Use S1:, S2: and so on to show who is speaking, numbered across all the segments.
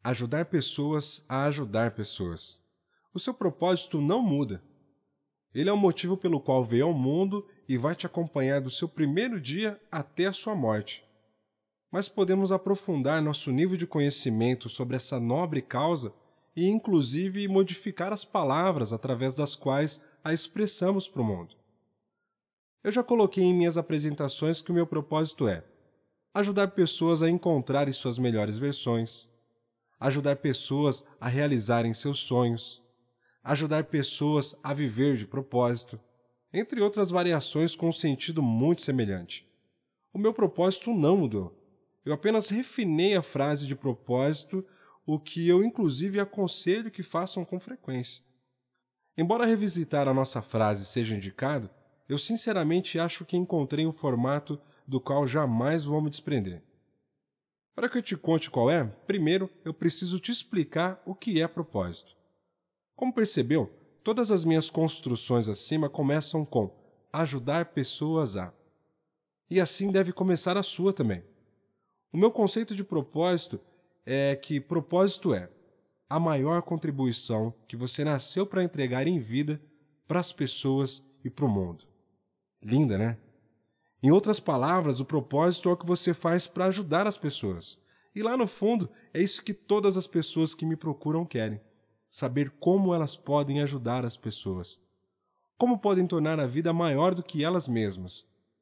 S1: Ajudar pessoas a ajudar pessoas. O seu propósito não muda. Ele é o motivo pelo qual veio ao mundo e vai te acompanhar do seu primeiro dia até a sua morte. Mas podemos aprofundar nosso nível de conhecimento sobre essa nobre causa e, inclusive, modificar as palavras através das quais a expressamos para o mundo. Eu já coloquei em minhas apresentações que o meu propósito é ajudar pessoas a encontrarem suas melhores versões, ajudar pessoas a realizarem seus sonhos, ajudar pessoas a viver de propósito, entre outras variações com um sentido muito semelhante. O meu propósito não mudou. Eu apenas refinei a frase de propósito, o que eu inclusive aconselho que façam com frequência. Embora revisitar a nossa frase seja indicado, eu sinceramente acho que encontrei um formato do qual jamais vou me desprender. Para que eu te conte qual é, primeiro eu preciso te explicar o que é propósito. Como percebeu, todas as minhas construções acima começam com ajudar pessoas a. E assim deve começar a sua também. O meu conceito de propósito é que propósito é a maior contribuição que você nasceu para entregar em vida para as pessoas e para o mundo. Linda, né? Em outras palavras, o propósito é o que você faz para ajudar as pessoas. E lá no fundo, é isso que todas as pessoas que me procuram querem. Saber como elas podem ajudar as pessoas. Como podem tornar a vida maior do que elas mesmas.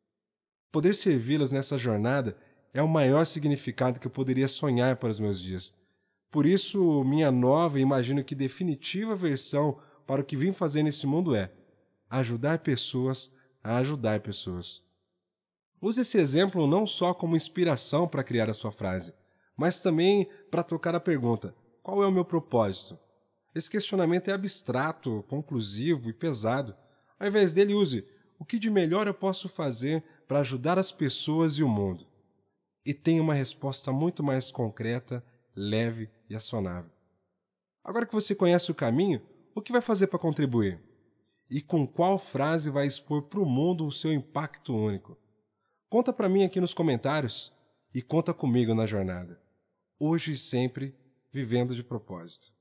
S1: Poder servi-las nessa jornada é o maior significado que eu poderia sonhar para os meus dias. Por isso, minha nova e imagino que definitiva versão para o que vim fazer nesse mundo é ajudar pessoas a ajudar pessoas. Use esse exemplo não só como inspiração para criar a sua frase, mas também para trocar a pergunta: qual é o meu propósito? Esse questionamento é abstrato, conclusivo e pesado. Ao invés dele, use: o que de melhor eu posso fazer para ajudar as pessoas e o mundo? E tenha uma resposta muito mais concreta, leve e acionável. Agora que você conhece o caminho, o que vai fazer para contribuir? E com qual frase vai expor para o mundo o seu impacto único? Conta para mim aqui nos comentários e conta comigo na jornada. Hoje e sempre, vivendo de propósito.